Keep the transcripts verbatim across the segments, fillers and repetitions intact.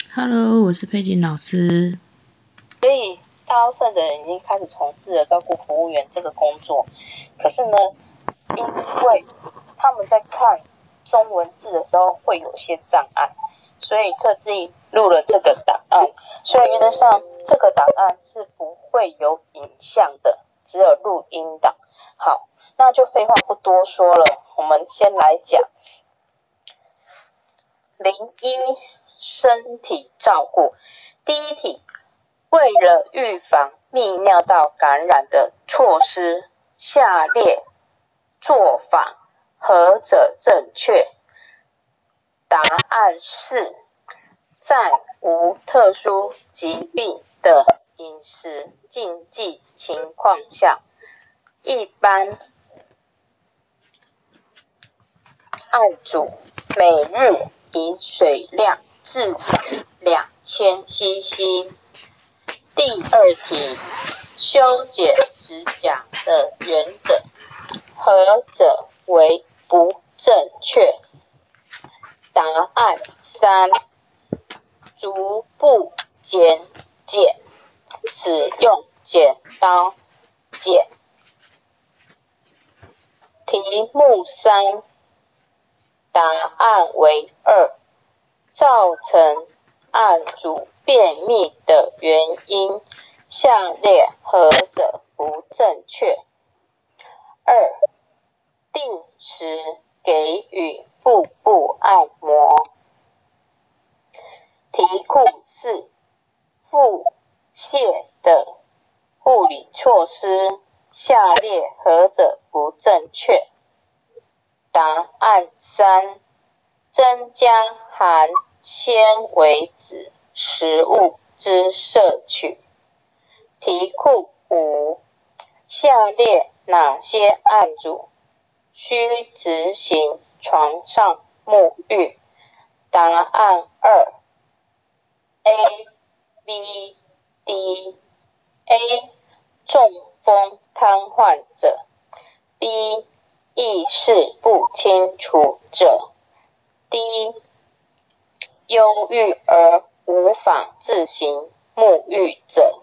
Hello，我是佩锦老师。 所以大部分的人已经开始从事了照顾服务员这个工作，可是呢，因为他们在看中文字的时候会有些障碍，所以特地录了这个档案。所以原则上这个档案是不会有影像的，只有录音档。好，那就废话不多说了，我们先来讲零一身体照顾。第一题，为了预防泌尿道感染的措施，下列做法何者正确？答案是，在无特殊疾病的饮食禁忌情况下，一般按煮每日饮水量至少两千 C C。第二题，修剪指甲的原则，何者为不正确？答案三，逐步剪剪，使用剪刀剪。题目三，答案为二，造成按煮便秘的原因，下列何者不正确？二，定时给予腹部按摩。题库四，腹泻的护理措施，下列何者不正确？答案三，增加含纤维质食物之摄取。题库五，下列哪些案主需执行床上沐浴？答案二 A B D A 中风瘫痪者 B 意识不清楚者 D 忧郁而无法自行沐浴者。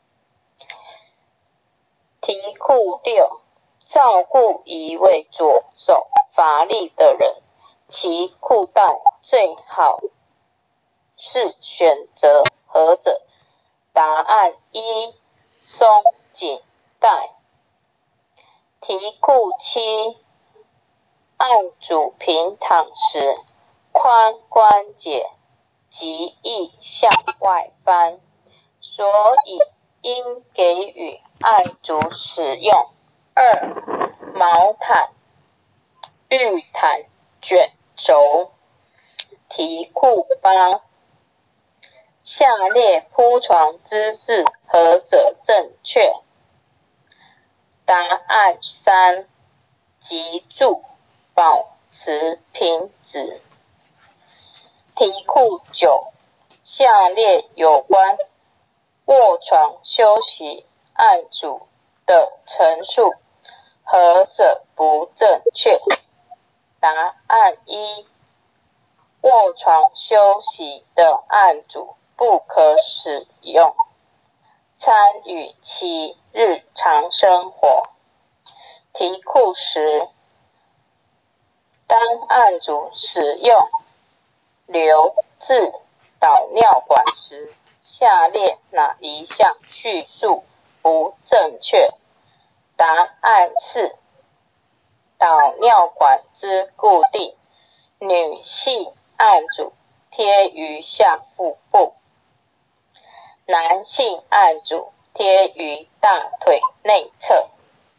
题库六，照顾一位左手乏力的人，其裤带最好是选择何者？答案一，松紧带。题库七，按煮平躺时，髋关节极易向外翻，所以应给予按煮使用二毛毯、浴毯卷轴。题库八，下列铺床姿势何者正确？答案三，脊柱保持平直。题库九，下列有关卧床休息按煮的陈述何者不正确？答案一，卧床休息的按煮不可使用，参与其日常生活。题库十，当按煮使用流至导尿管时，下列哪一项叙述不正确？答案四，导尿管之固定，女性按煮贴于下腹部，男性按煮贴于大腿内侧。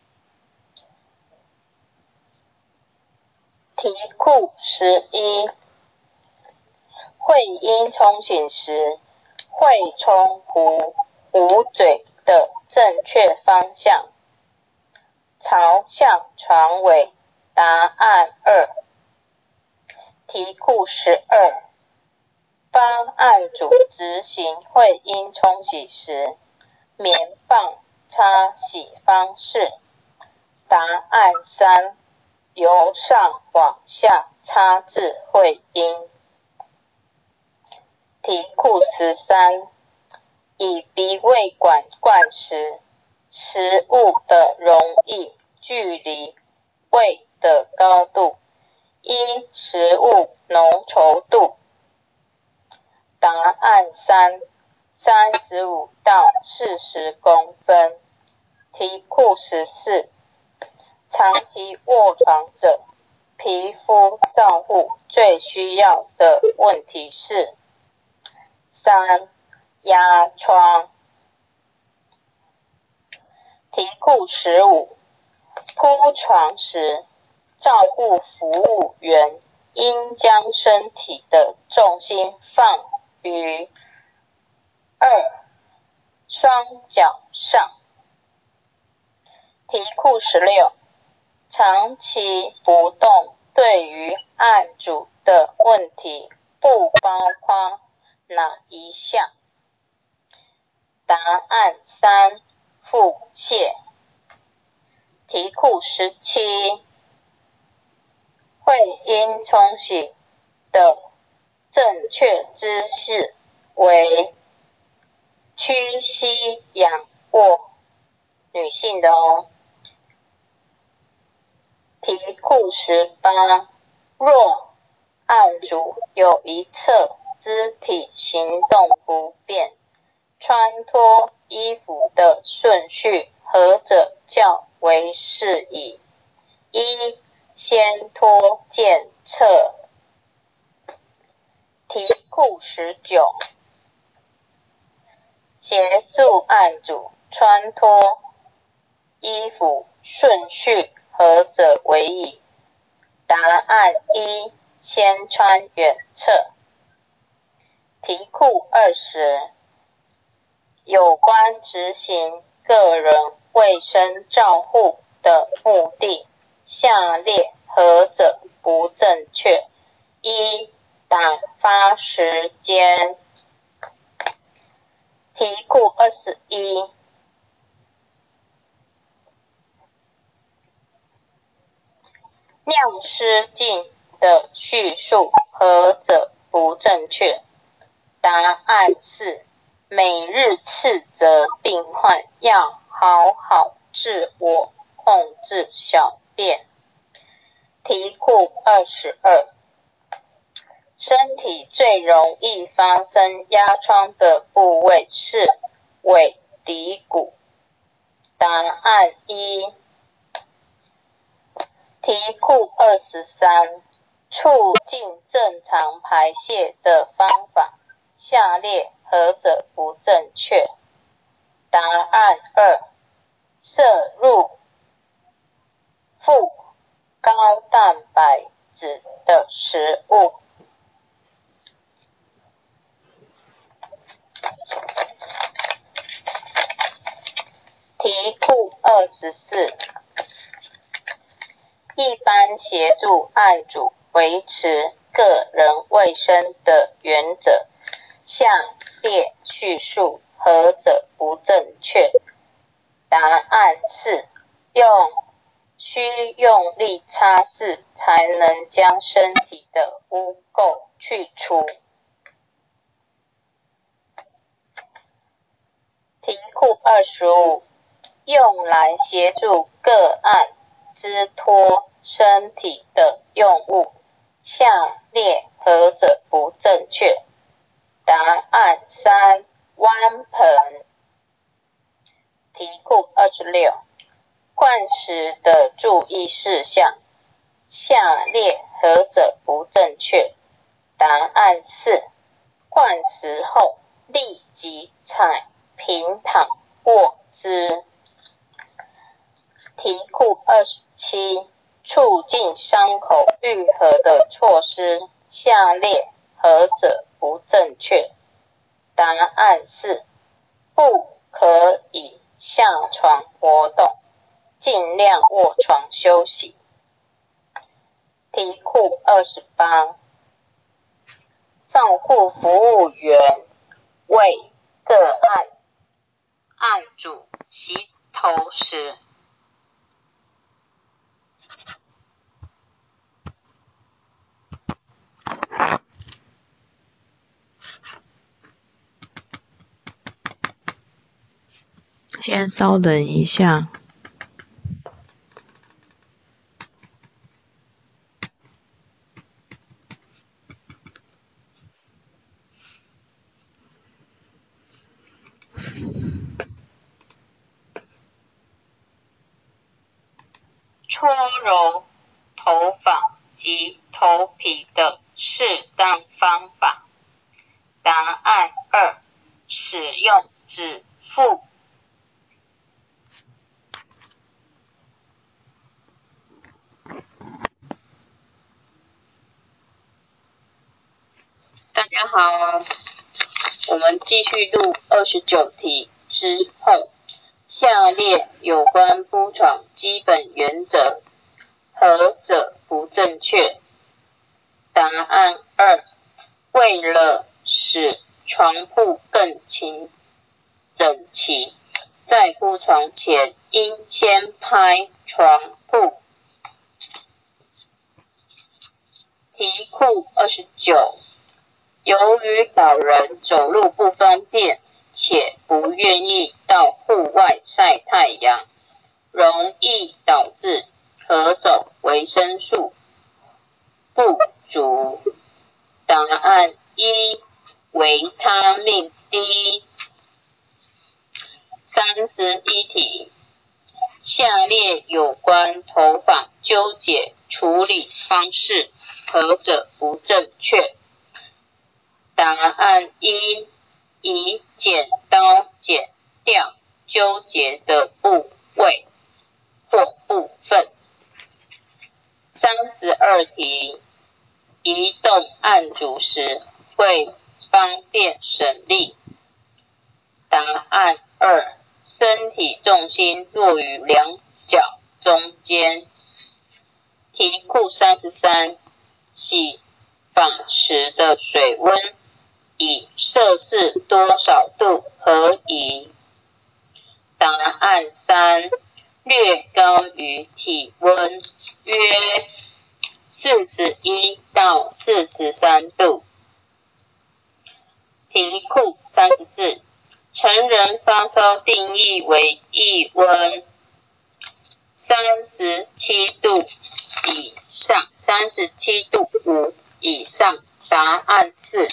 题库十一，会阴冲醒时，会冲壶壶嘴的正确方向，朝向床尾。答案二。题库十二，当按煮执行会阴冲洗时，棉棒擦洗方式。答案三，由上往下擦至会阴。题库十三，以鼻胃管灌食，食物的容易距离胃的高度，依食物浓稠度。答案三，三十五到四十公分。题库十四，长期卧床者，皮肤照护最需要的问题是：三、压疮。题库十五，铺床时，照顾服务员应将身体的重心放于二、双脚上。题库十六，长期不动对于案主的问题不包括哪一项？答案三，腹泻。题库十七，会阴冲洗的正确姿势为屈膝仰卧，女性的哦。题库十八，若案主有一侧肢体行动不便，穿脱衣服的顺序何者较为适宜？一、先脱见侧。题库十九，协助案主穿脱衣服顺序何者为宜？答案一，先穿远侧。题库二十，有关执行个人卫生照护的目的，下列何者不正确？一、打发时间。题库二十一，尿失禁的叙述何者不正确？答案是，每日斥责病患要好好自我控制小便。题库二十二，身体最容易发生压疮的部位是尾骶骨。答案一。题库二十三，促进正常排泄的方法，下列何者不正确？答案二，摄入富高蛋白质的食物。题库二十四，一般协助案主维持个人卫生的原则，下列叙述何者不正确？答案四，用需用力擦拭才能将身体的污垢去除。题库二十五，用来协助个案支脱身体的用物，下列何者不正确？答案三，弯盆。题库二十六，灌食的注意事项，下列何者不正确？答案四，灌食后立即采平躺卧姿。题库二十七，促进伤口愈合的措施，下列何者不正确？答案是，不可以下床活动，尽量卧床休息。题库二十八，照顾服务员为个案案主洗头时， 先稍等一下。 搓揉头发及头皮的适当方法。答案二，使用指腹。大家好，我们继续录二十九题之后，下列有关铺床基本原则，何者不正确？答案二，为了使床铺更清整齐，在铺床前应先拍床铺。题库二十九，由于老人走路不方便，且不愿意到户外晒太阳，容易导致何种维生素不足？答案一，维他命 D。三十一题，下列有关头发纠结处理方式，何者不正确？答案一，以剪刀剪掉纠结的部位或部分。三十二题，移动按住时会方便省力。答案二，身体重心落于两脚中间。题库三十三，洗发时的水温以摄氏多少度合宜？答案三，略高于体温，约四十一到四十三度。题库三十四，成人发烧定义为腋温三十七度以上，三十七度五以上。答案四。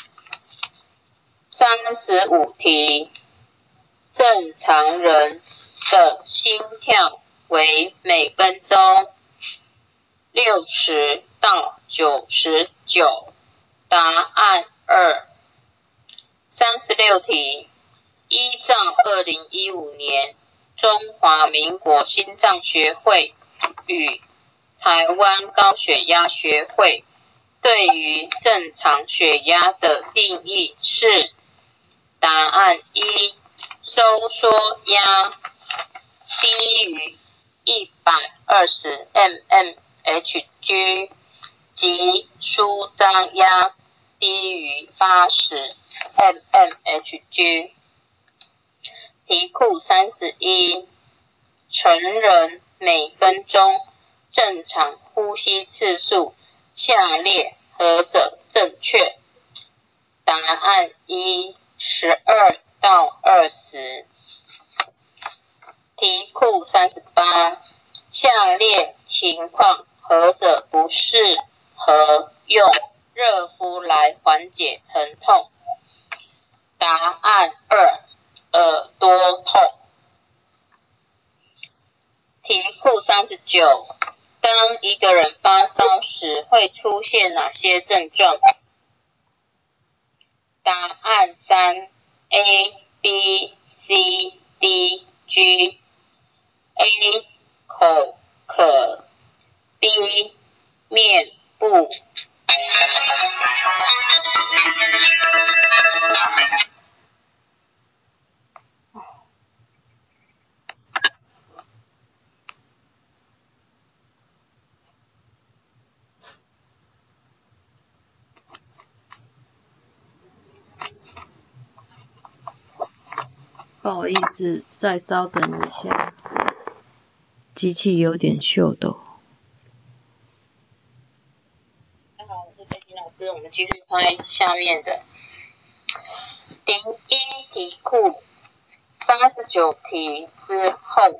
三十五题，正常人的心跳为每分钟六十到九十九。答案二。三十六题，依照二零一五年中华民国心脏学会与台湾高血压学会对于正常血压的定义是？答案一，收缩压低于一百二十 m m h g 及舒张压低于八十 m m h g。题库三十一，成人每分钟正常呼吸次数，下列何者正确？答案一，十二到二十。题库三十八，下列情况何者不适合用热敷来缓解疼痛？答案二，耳朵痛。题库三十九，当一个人发烧时会出现哪些症状？答案三 A B C D G。 A 口渴， B 面部， 不好意思，再稍等一下，机器有点秀逗。 大家好，我是佩金老师，我们继续拍下面的零一题库。 三十九题之后，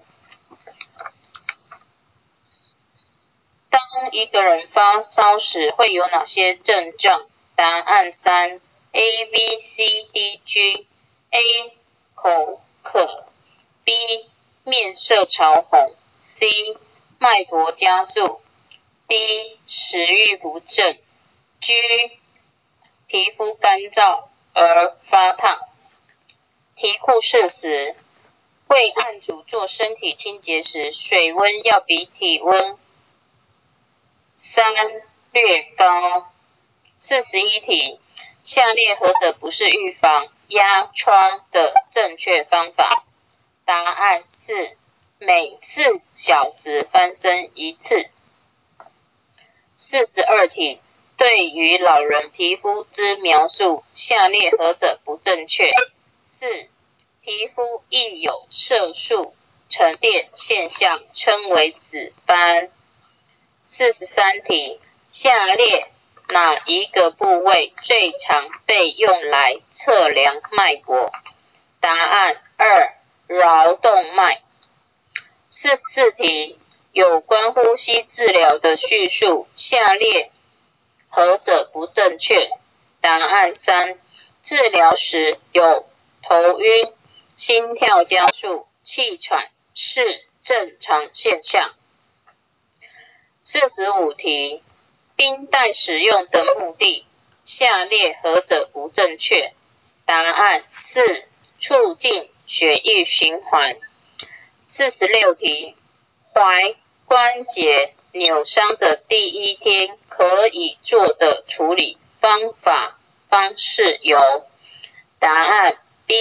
当一个人发烧时会有哪些症状？答案三 A B C D G A 口渴 B 面色潮红 C 脉搏加速 D 食欲不振 G 皮肤干燥而发烫。题库释词：为案主做身体清洁时，水温要比体温三略高。四十一题，下列何者不是预防压疮的正确方法？答案是每四小时翻身一次。四十二题，对于老人皮肤之描述，下列何者不正确？四、皮肤易有色素沉淀现象，称为紫斑。四十三题，下列哪一个部位最常被用来测量脉搏？答案二，桡动脉。四十四题，有关呼吸治疗的叙述，下列何者不正确？答案三，治疗时有头晕、心跳加速、气喘是正常现象。四十五题，冰袋使用的目的，下列何者不正确？答案四，促进血液循环。四十六题，踝关节扭伤的第一天可以做的处理方法方式有？答案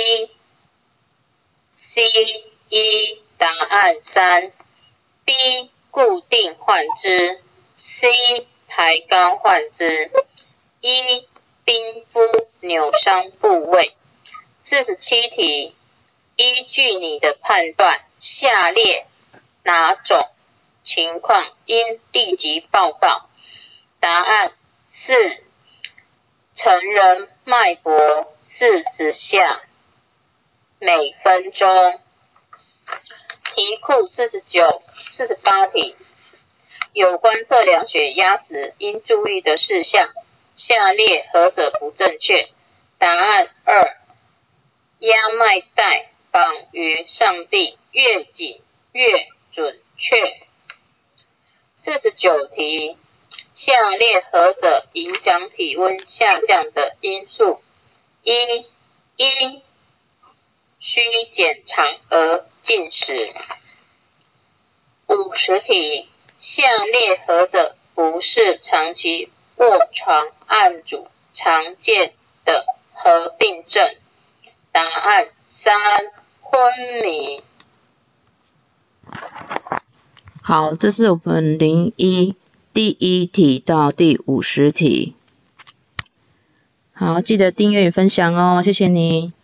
B、C、E， 答案三 B 固定患肢 C 抬高患肢 E 冰敷扭伤部位。四十七题，依据你的判断，下列哪种情况应立即报告？答案四，成人脉搏四十下每分钟。题库四十九、四十八题，有关测量血压时应注意的事项，下列何者不正确？答案二，压脉带绑于上臂，越紧越准确。四十九题，下列何者影响体温下降的因素？一、因需检查而进食。五十题，下列何者不是长期卧床案主常见的合并症？答案三，昏迷。 好，这是我们零一第一题到第五十题。好，记得订阅与分享哦，谢谢你。